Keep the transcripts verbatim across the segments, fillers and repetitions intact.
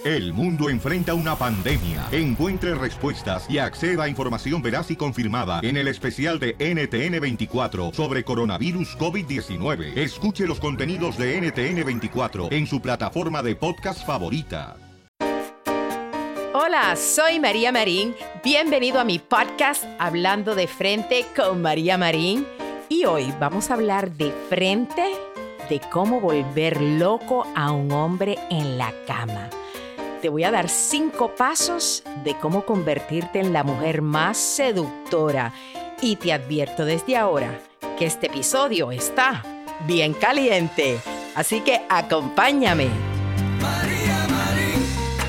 El mundo enfrenta una pandemia. Encuentre respuestas y acceda a información veraz y confirmada en el especial de N T N veinticuatro sobre coronavirus COVID diecinueve. Escuche los contenidos de N T N veinticuatro en su plataforma de podcast favorita. Hola, soy María Marín. Bienvenido a mi podcast Hablando de Frente con María Marín. Y hoy vamos a hablar de frente de cómo volver loco a un hombre en la cama. Te voy a dar cinco pasos de cómo convertirte en la mujer más seductora. Y te advierto desde ahora que este episodio está bien caliente. Así que acompáñame. María Marín,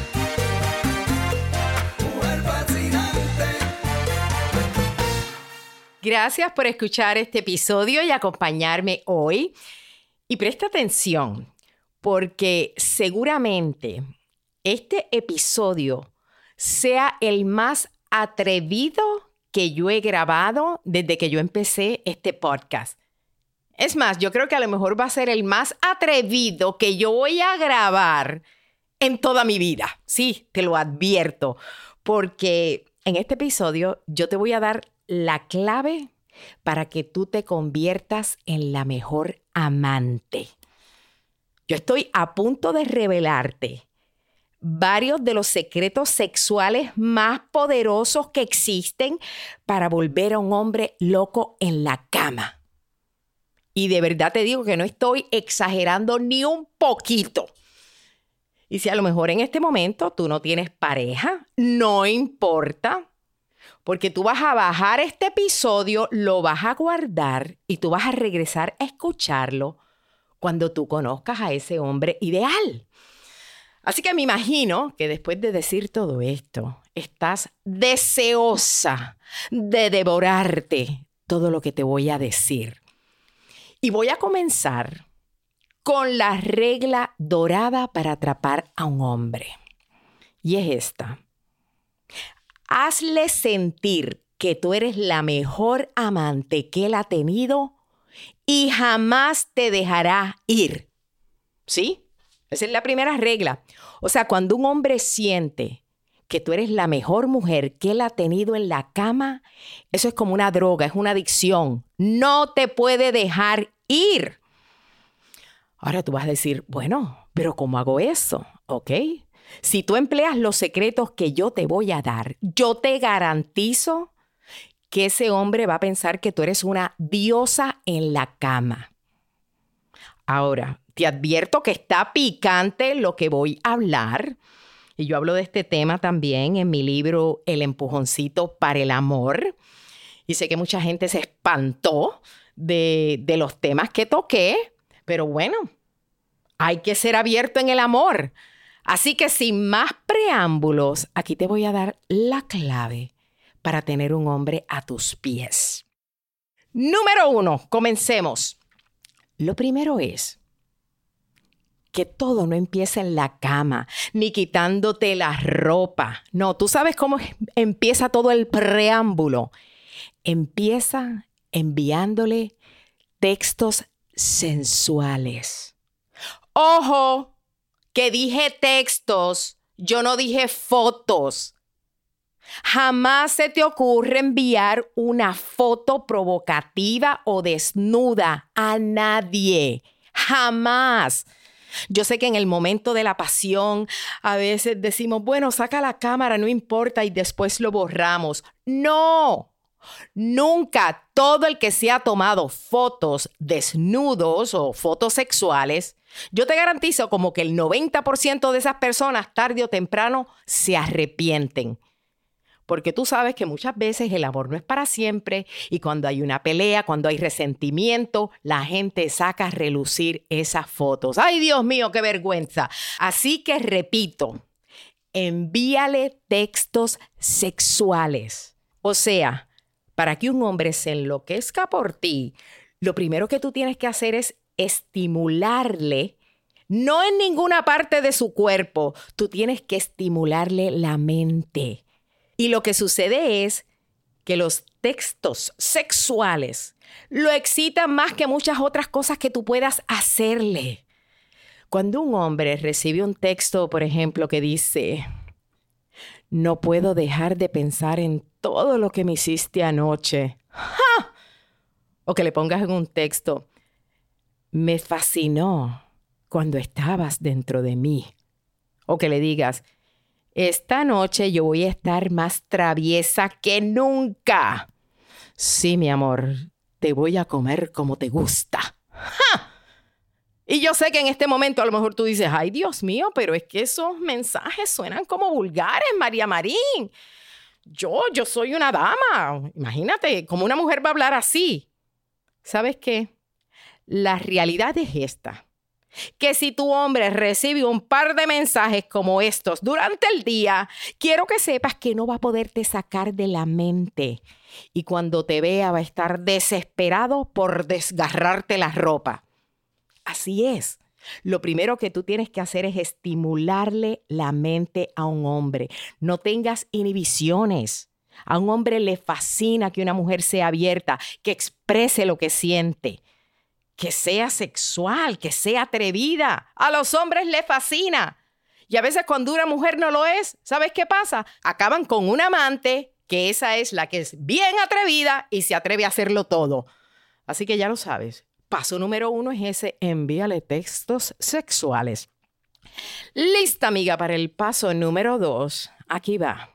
mujer fascinante. Gracias por escuchar este episodio y acompañarme hoy. Y presta atención, porque seguramente este episodio sea el más atrevido que yo he grabado desde que yo empecé este podcast. Es más, yo creo que a lo mejor va a ser el más atrevido que yo voy a grabar en toda mi vida. Sí, te lo advierto, porque en este episodio yo te voy a dar la clave para que tú te conviertas en la mejor amante. Yo estoy a punto de revelarte varios de los secretos sexuales más poderosos que existen para volver a un hombre loco en la cama. Y de verdad te digo que no estoy exagerando ni un poquito. Y si a lo mejor en este momento tú no tienes pareja, no importa, porque tú vas a bajar este episodio, lo vas a guardar y tú vas a regresar a escucharlo cuando tú conozcas a ese hombre ideal. Así que me imagino que después de decir todo esto, estás deseosa de devorarte todo lo que te voy a decir. Y voy a comenzar con la regla dorada para atrapar a un hombre. Y es esta. Hazle sentir que tú eres la mejor amante que él ha tenido y jamás te dejará ir. ¿Sí? Esa es la primera regla. O sea, cuando un hombre siente que tú eres la mejor mujer que él ha tenido en la cama, eso es como una droga, es una adicción. No te puede dejar ir. Ahora tú vas a decir, bueno, pero ¿cómo hago eso? ¿Ok? Si tú empleas los secretos que yo te voy a dar, yo te garantizo que ese hombre va a pensar que tú eres una diosa en la cama. Ahora, te advierto que está picante lo que voy a hablar. Y yo hablo de este tema también en mi libro El empujoncito para el amor. Y sé que mucha gente se espantó de, de los temas que toqué. Pero bueno, hay que ser abierto en el amor. Así que sin más preámbulos, aquí te voy a dar la clave para tener un hombre a tus pies. Número uno, comencemos. Lo primero es que todo no empieza en la cama, ni quitándote la ropa. No, tú sabes cómo empieza todo el preámbulo. Empieza enviándole textos sensuales. ¡Ojo! Que dije textos, yo no dije fotos. Jamás se te ocurre enviar una foto provocativa o desnuda a nadie. Jamás. Yo sé que en el momento de la pasión a veces decimos, bueno, saca la cámara, no importa, y después lo borramos. ¡No! Nunca todo el que se ha tomado fotos desnudos o fotos sexuales, yo te garantizo como que el noventa por ciento de esas personas tarde o temprano se arrepienten. Porque tú sabes que muchas veces el amor no es para siempre y cuando hay una pelea, cuando hay resentimiento, la gente saca a relucir esas fotos. ¡Ay, Dios mío, qué vergüenza! Así que repito, envíale textos sexuales. O sea, para que un hombre se enloquezca por ti, lo primero que tú tienes que hacer es estimularle, no en ninguna parte de su cuerpo, tú tienes que estimularle la mente. Y lo que sucede es que los textos sexuales lo excitan más que muchas otras cosas que tú puedas hacerle. Cuando un hombre recibe un texto, por ejemplo, que dice, no puedo dejar de pensar en todo lo que me hiciste anoche. ¡Ja! O que le pongas en un texto, me fascinó cuando estabas dentro de mí. O que le digas, esta noche yo voy a estar más traviesa que nunca. Sí, mi amor, te voy a comer como te gusta. ¡Ja! Y yo sé que en este momento a lo mejor tú dices, ay, Dios mío, pero es que esos mensajes suenan como vulgares, María Marín. Yo, yo soy una dama. Imagínate, ¿cómo una mujer va a hablar así? ¿Sabes qué? La realidad es esta. Que si tu hombre recibe un par de mensajes como estos durante el día, quiero que sepas que no va a poderte sacar de la mente. Y cuando te vea va a estar desesperado por desgarrarte la ropa. Así es. Lo primero que tú tienes que hacer es estimularle la mente a un hombre. No tengas inhibiciones. A un hombre le fascina que una mujer sea abierta, que exprese lo que siente, que sea sexual, que sea atrevida. A los hombres les fascina. Y a veces cuando una mujer no lo es, ¿sabes qué pasa? Acaban con un amante, que esa es la que es bien atrevida y se atreve a hacerlo todo. Así que ya lo sabes. Paso número uno es ese, envíale textos sexuales. Lista, amiga, para el paso número dos. Aquí va.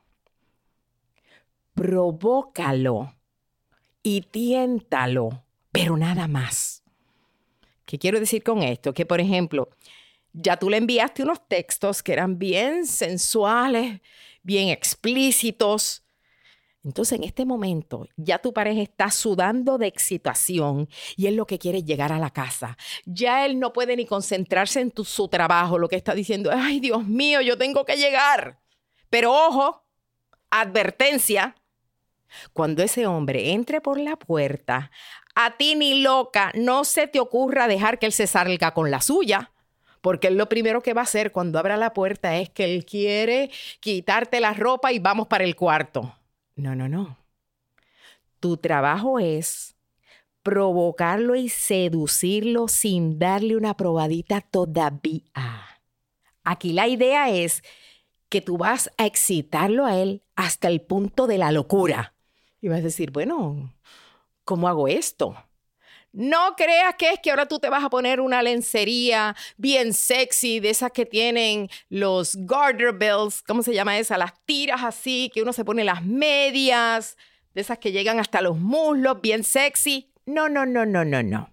Provócalo y tiéntalo, pero nada más. ¿Qué quiero decir con esto? Que, por ejemplo, ya tú le enviaste unos textos que eran bien sensuales, bien explícitos. Entonces, en este momento, ya tu pareja está sudando de excitación y él lo que quiere es llegar a la casa. Ya él no puede ni concentrarse en tu, su trabajo. Lo que está diciendo, ay, Dios mío, yo tengo que llegar. Pero ojo, advertencia, cuando ese hombre entre por la puerta, a ti ni loca no se te ocurra dejar que él se salga con la suya. Porque él lo primero que va a hacer cuando abra la puerta es que él quiere quitarte la ropa y vamos para el cuarto. No, no, no. Tu trabajo es provocarlo y seducirlo sin darle una probadita todavía. Aquí la idea es que tú vas a excitarlo a él hasta el punto de la locura. Y vas a decir, bueno, ¿cómo hago esto? No creas que es que ahora tú te vas a poner una lencería bien sexy, de esas que tienen los garter belts, ¿cómo se llama esa? Las tiras así, que uno se pone las medias, de esas que llegan hasta los muslos, bien sexy. No, no, no, no, no, no.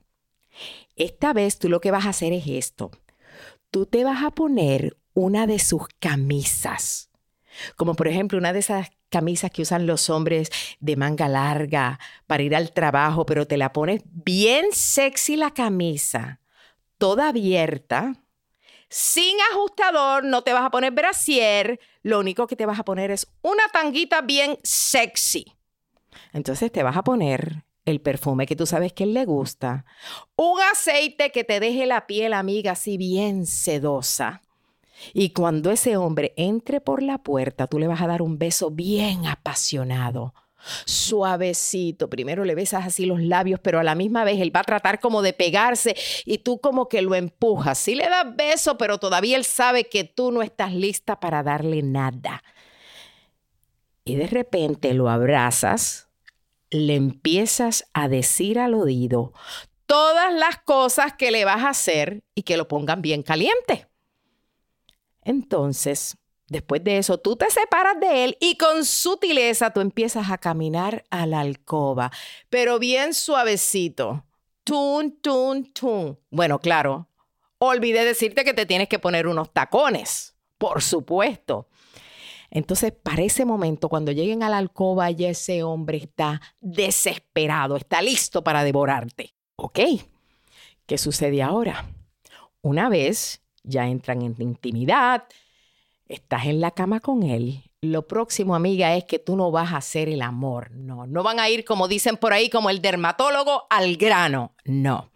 Esta vez tú lo que vas a hacer es esto. Tú te vas a poner una de sus camisas, como por ejemplo una de esas camisas que usan los hombres de manga larga para ir al trabajo, pero te la pones bien sexy la camisa, toda abierta, sin ajustador, no te vas a poner brasier, lo único que te vas a poner es una tanguita bien sexy. Entonces te vas a poner el perfume que tú sabes que a él le gusta, un aceite que te deje la piel, amiga, así bien sedosa. Y cuando ese hombre entre por la puerta, tú le vas a dar un beso bien apasionado, suavecito. Primero le besas así los labios, pero a la misma vez él va a tratar como de pegarse y tú como que lo empujas. Sí le das beso, pero todavía él sabe que tú no estás lista para darle nada. Y de repente lo abrazas, le empiezas a decir al oído todas las cosas que le vas a hacer y que lo pongan bien caliente. Entonces, después de eso, tú te separas de él y con sutileza tú empiezas a caminar a la alcoba, pero bien suavecito. Tun, tun, tun. Bueno, claro, olvidé decirte que te tienes que poner unos tacones, por supuesto. Entonces, para ese momento, cuando lleguen a la alcoba, ya ese hombre está desesperado, está listo para devorarte. ¿Ok? ¿Qué sucede ahora? Una vez ya entran en intimidad, estás en la cama con él, lo próximo, amiga, es que tú no vas a hacer el amor. No, no van a ir, como dicen por ahí, como el dermatólogo, al grano. No.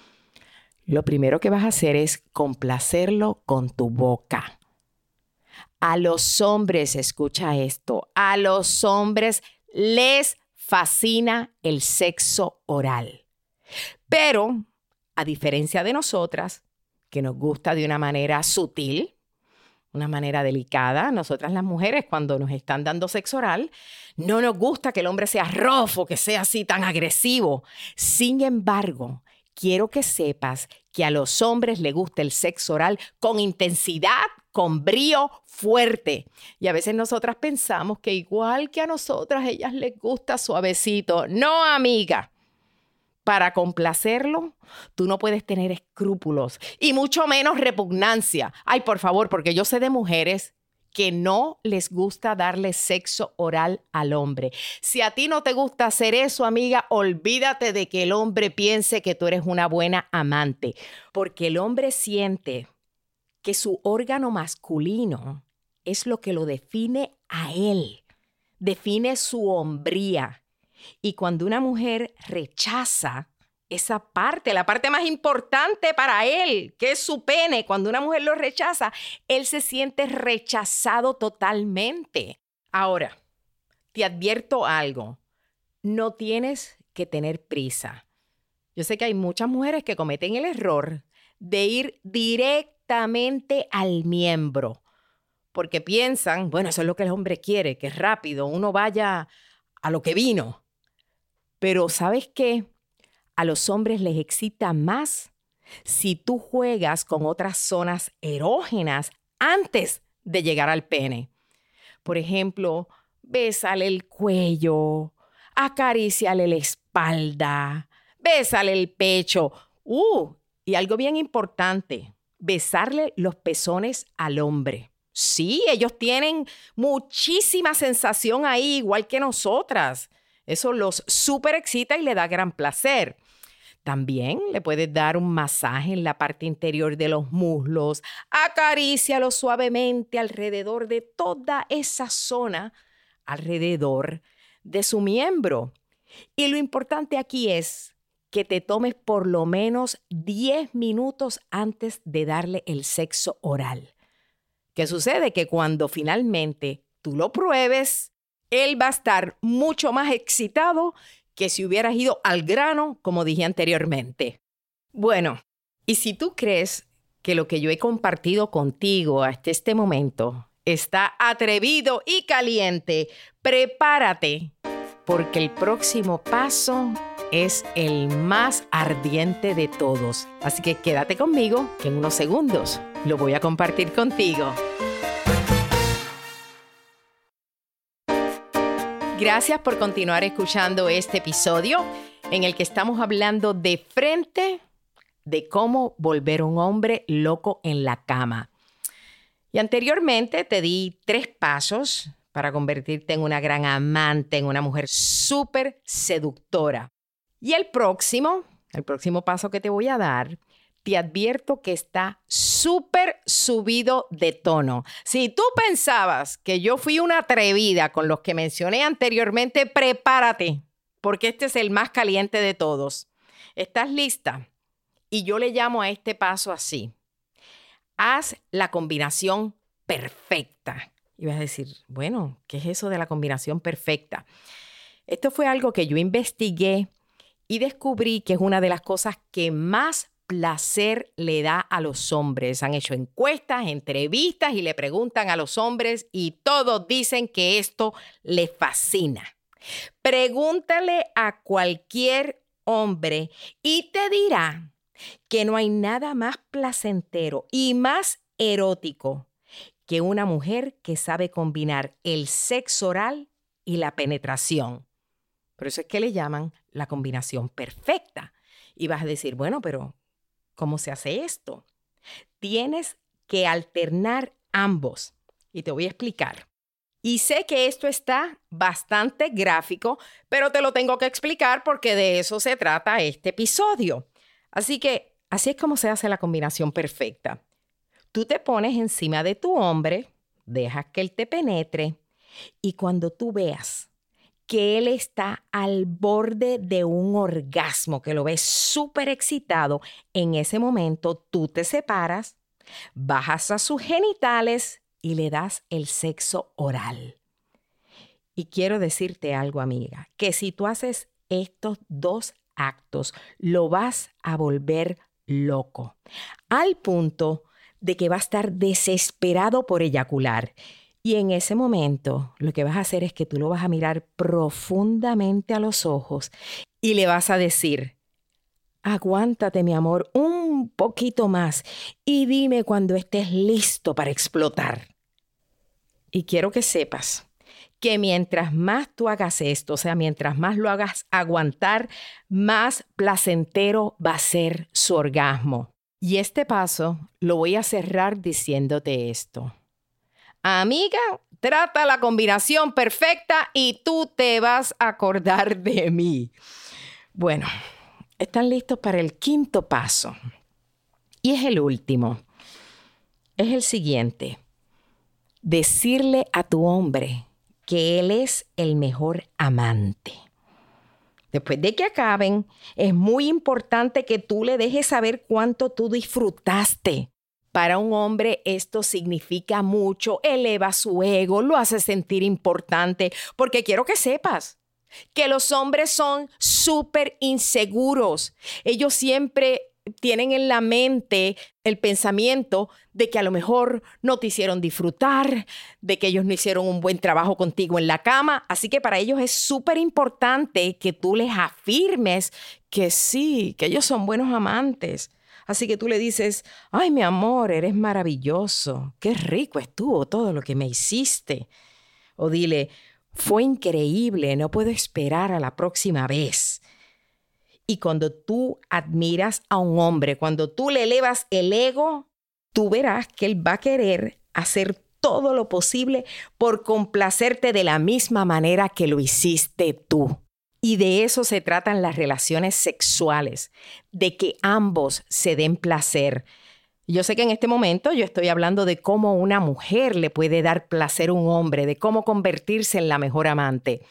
Lo primero que vas a hacer es complacerlo con tu boca. A los hombres, escucha esto, a los hombres les fascina el sexo oral. Pero, a diferencia de nosotras, que nos gusta de una manera sutil, una manera delicada. Nosotras las mujeres, cuando nos están dando sexo oral, no nos gusta que el hombre sea rofo, que sea así tan agresivo. Sin embargo, quiero que sepas que a los hombres les gusta el sexo oral con intensidad, con brío fuerte. Y a veces nosotras pensamos que igual que a nosotras, a ellas les gusta suavecito. No, amiga. Para complacerlo, tú no puedes tener escrúpulos y mucho menos repugnancia. Ay, por favor, porque yo sé de mujeres que no les gusta darle sexo oral al hombre. Si a ti no te gusta hacer eso, amiga, olvídate de que el hombre piense que tú eres una buena amante, porque el hombre siente que su órgano masculino es lo que lo define a él, define su hombría. Y cuando una mujer rechaza esa parte, la parte más importante para él, que es su pene, cuando una mujer lo rechaza, él se siente rechazado totalmente. Ahora, te advierto algo, no tienes que tener prisa. Yo sé que hay muchas mujeres que cometen el error de ir directamente al miembro, porque piensan, bueno, eso es lo que el hombre quiere, que es rápido, uno vaya a lo que vino. Pero ¿sabes qué? A los hombres les excita más si tú juegas con otras zonas erógenas antes de llegar al pene. Por ejemplo, bésale el cuello, acaríciale la espalda, bésale el pecho. Uh, y algo bien importante, besarle los pezones al hombre. Sí, ellos tienen muchísima sensación ahí, igual que nosotras. Eso los súper excita y le da gran placer. También le puedes dar un masaje en la parte interior de los muslos. Acarícialo suavemente alrededor de toda esa zona, alrededor de su miembro. Y lo importante aquí es que te tomes por lo menos diez minutos antes de darle el sexo oral. ¿Qué sucede? Que cuando finalmente tú lo pruebes, él va a estar mucho más excitado que si hubieras ido al grano, como dije anteriormente. Bueno, y si tú crees que lo que yo he compartido contigo hasta este momento está atrevido y caliente, prepárate, porque el próximo paso es el más ardiente de todos. Así que quédate conmigo, que en unos segundos lo voy a compartir contigo. Gracias por continuar escuchando este episodio en el que estamos hablando de frente de cómo volver un hombre loco en la cama. Y anteriormente te di tres pasos para convertirte en una gran amante, en una mujer súper seductora. Y el próximo, el próximo paso que te voy a dar, te advierto que está súper subido de tono. Si tú pensabas que yo fui una atrevida con los que mencioné anteriormente, prepárate, porque este es el más caliente de todos. ¿Estás lista? Y yo le llamo a este paso así. Haz la combinación perfecta. Y vas a decir, bueno, ¿qué es eso de la combinación perfecta? Esto fue algo que yo investigué y descubrí que es una de las cosas que más placer le da a los hombres. Han hecho encuestas, entrevistas y le preguntan a los hombres y todos dicen que esto les fascina. Pregúntale a cualquier hombre y te dirá que no hay nada más placentero y más erótico que una mujer que sabe combinar el sexo oral y la penetración. Por eso es que le llaman la combinación perfecta. Y vas a decir, bueno, pero ¿cómo se hace esto? Tienes que alternar ambos. Y te voy a explicar. Y sé que esto está bastante gráfico, pero te lo tengo que explicar porque de eso se trata este episodio. Así que así es como se hace la combinación perfecta. Tú te pones encima de tu hombre, dejas que él te penetre y cuando tú veas que él está al borde de un orgasmo, que lo ves súper excitado, en ese momento tú te separas, bajas a sus genitales y le das el sexo oral. Y quiero decirte algo, amiga, que si tú haces estos dos actos, lo vas a volver loco, al punto de que va a estar desesperado por eyacular. Y en ese momento lo que vas a hacer es que tú lo vas a mirar profundamente a los ojos y le vas a decir: aguántate, mi amor, un poquito más y dime cuando estés listo para explotar. Y quiero que sepas que mientras más tú hagas esto, o sea, mientras más lo hagas aguantar, más placentero va a ser su orgasmo. Y este paso lo voy a cerrar diciéndote esto. Amiga, trata la combinación perfecta y tú te vas a acordar de mí. Bueno, están listos para el quinto paso. Y es el último. Es el siguiente. Decirle a tu hombre que él es el mejor amante. Después de que acaben, es muy importante que tú le dejes saber cuánto tú disfrutaste. Para un hombre esto significa mucho, eleva su ego, lo hace sentir importante, porque quiero que sepas que los hombres son súper inseguros. Ellos siempre tienen en la mente el pensamiento de que a lo mejor no te hicieron disfrutar, de que ellos no hicieron un buen trabajo contigo en la cama. Así que para ellos es súper importante que tú les afirmes que sí, que ellos son buenos amantes. Así que tú le dices: ay, mi amor, eres maravilloso. Qué rico estuvo todo lo que me hiciste. O dile: fue increíble, no puedo esperar a la próxima vez. Y cuando tú admiras a un hombre, cuando tú le elevas el ego, tú verás que él va a querer hacer todo lo posible por complacerte de la misma manera que lo hiciste tú. Y de eso se tratan las relaciones sexuales, de que ambos se den placer. Yo sé que en este momento yo estoy hablando de cómo una mujer le puede dar placer a un hombre, de cómo convertirse en la mejor amante.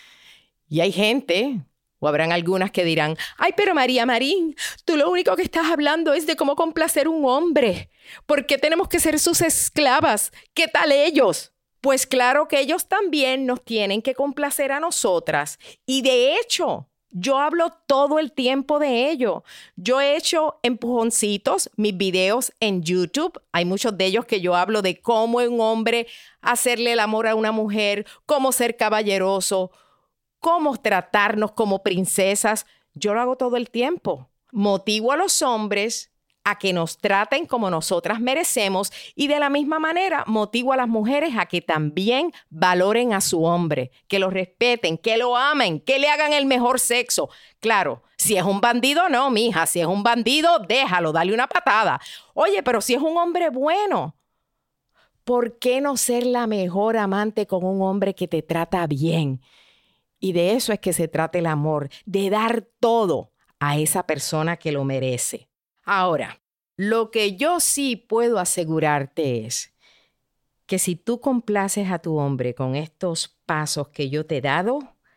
Y hay gente, o habrán algunas que dirán: ay, pero María Marín, tú lo único que estás hablando es de cómo complacer a un hombre. ¿Por qué tenemos que ser sus esclavas? ¿Qué tal ellos? Pues claro que ellos también nos tienen que complacer a nosotras. Y de hecho, yo hablo todo el tiempo de ello. Yo he hecho empujoncitos, mis videos en YouTube. Hay muchos de ellos que yo hablo de cómo un hombre hacerle el amor a una mujer, cómo ser caballeroso, cómo tratarnos como princesas. Yo lo hago todo el tiempo. Motivo a los hombres a que nos traten como nosotras merecemos y de la misma manera motivo a las mujeres a que también valoren a su hombre, que lo respeten, que lo amen, que le hagan el mejor sexo. Claro, si es un bandido, no, mija. Si es un bandido, déjalo, dale una patada. Oye, pero si es un hombre bueno, ¿por qué no ser la mejor amante con un hombre que te trata bien? Y de eso es que se trata el amor, de dar todo a esa persona que lo merece. Ahora, lo que yo sí puedo asegurarte es que si tú complaces a tu hombre con estos pasos que yo te he dado,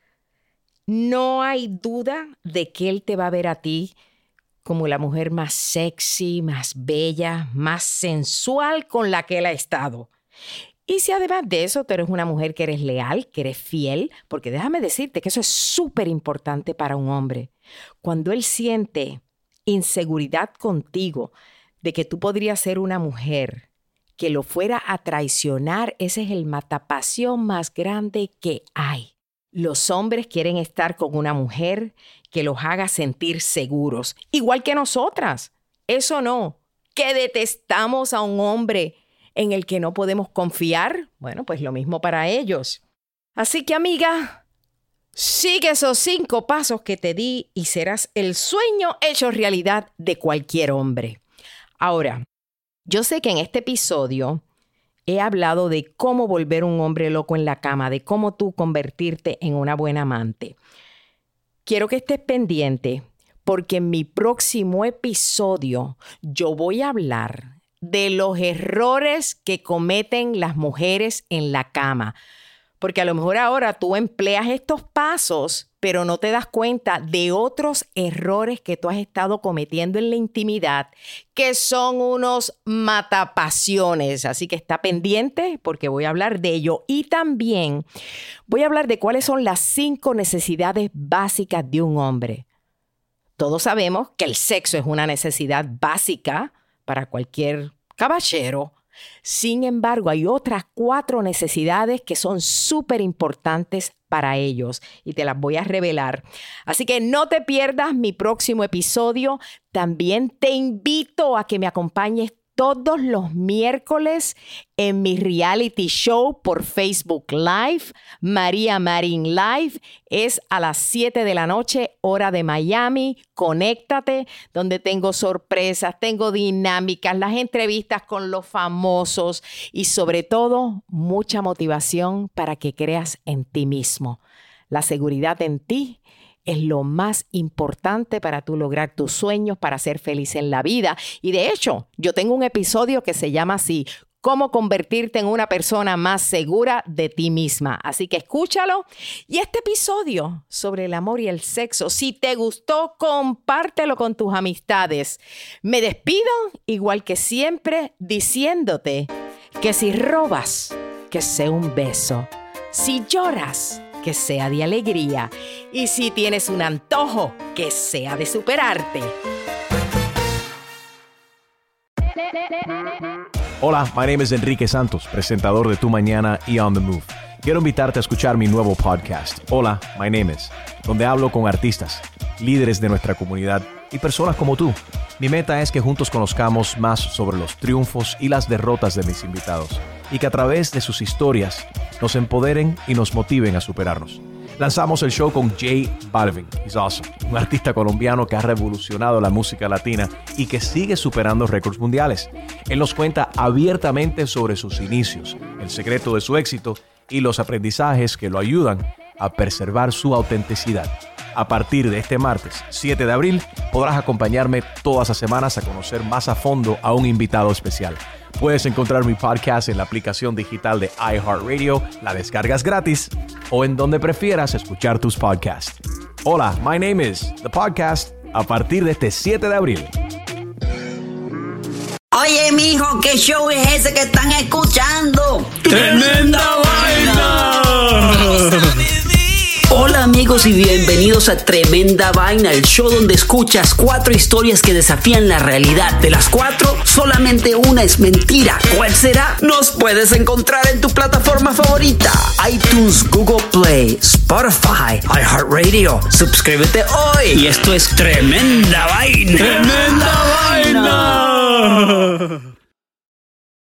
no hay duda de que él te va a ver a ti como la mujer más sexy, más bella, más sensual con la que él ha estado. Y si además de eso tú eres una mujer que eres leal, que eres fiel, porque déjame decirte que eso es súper importante para un hombre. Cuando él siente inseguridad contigo de que tú podrías ser una mujer que lo fuera a traicionar, ese es el matapasión más grande que hay. Los hombres quieren estar con una mujer que los haga sentir seguros, igual que nosotras. Eso no, que detestamos a un hombre en el que no podemos confiar. Bueno, pues lo mismo para ellos. Así que, amiga, sigue esos cinco pasos que te di y serás el sueño hecho realidad de cualquier hombre. Ahora, yo sé que en este episodio he hablado de cómo volver un hombre loco en la cama, de cómo tú convertirte en una buena amante. Quiero que estés pendiente porque en mi próximo episodio yo voy a hablar de los errores que cometen las mujeres en la cama. Porque a lo mejor ahora tú empleas estos pasos, pero no te das cuenta de otros errores que tú has estado cometiendo en la intimidad, que son unos matapasiones. Así que está pendiente porque voy a hablar de ello. Y también voy a hablar de cuáles son las cinco necesidades básicas de un hombre. todos sabemos que el sexo es una necesidad básica para cualquier caballero. Sin embargo, hay otras cuatro necesidades que son súper importantes para ellos y te las voy a revelar. Así que no te pierdas mi próximo episodio. También te invito a que me acompañes todos los miércoles en mi reality show por Facebook Live, María Marín Live. Es a las siete de la noche, hora de Miami. Conéctate, donde tengo sorpresas, tengo dinámicas, las entrevistas con los famosos y sobre todo mucha motivación para que creas en ti mismo. La seguridad en ti es lo más importante para tú lograr tus sueños, para ser feliz en la vida. Y de hecho, yo tengo un episodio que se llama así, cómo convertirte en una persona más segura de ti misma. Así que escúchalo. Y este episodio sobre el amor y el sexo, si te gustó, compártelo con tus amistades. Me despido, igual que siempre, diciéndote que si robas, que sea un beso. Si lloras, que sea de alegría. Y si tienes un antojo, que sea de superarte. Hola, my name is Enrique Santos, presentador de Tu Mañana y On The Move. Quiero invitarte a escuchar mi nuevo podcast, Hola, my name is, donde hablo con artistas, líderes de nuestra comunidad y personas como tú. Mi meta es que juntos conozcamos más sobre los triunfos y las derrotas de mis invitados y que a través de sus historias nos empoderen y nos motiven a superarnos. Lanzamos el show con J Balvin, he's awesome, un artista colombiano que ha revolucionado la música latina y que sigue superando récords mundiales. Él nos cuenta abiertamente sobre sus inicios, el secreto de su éxito y los aprendizajes que lo ayudan a preservar su autenticidad. A partir de este martes, siete de abril, podrás acompañarme todas las semanas a conocer más a fondo a un invitado especial. Puedes encontrar mi podcast en la aplicación digital de iHeartRadio, la descargas gratis, o en donde prefieras escuchar tus podcasts. Hola, my name is The Podcast, a partir de este siete de abril. Oye, mijo, ¿qué show es ese que están escuchando? ¡Tremenda Vaina! Hola amigos y bienvenidos a Tremenda Vaina, el show donde escuchas cuatro historias que desafían la realidad. De las cuatro, solamente una es mentira. ¿Cuál será? Nos puedes encontrar en tu plataforma favorita: iTunes, Google Play, Spotify, iHeartRadio. Suscríbete hoy. Y esto es Tremenda Vaina. ¡Tremenda Vaina!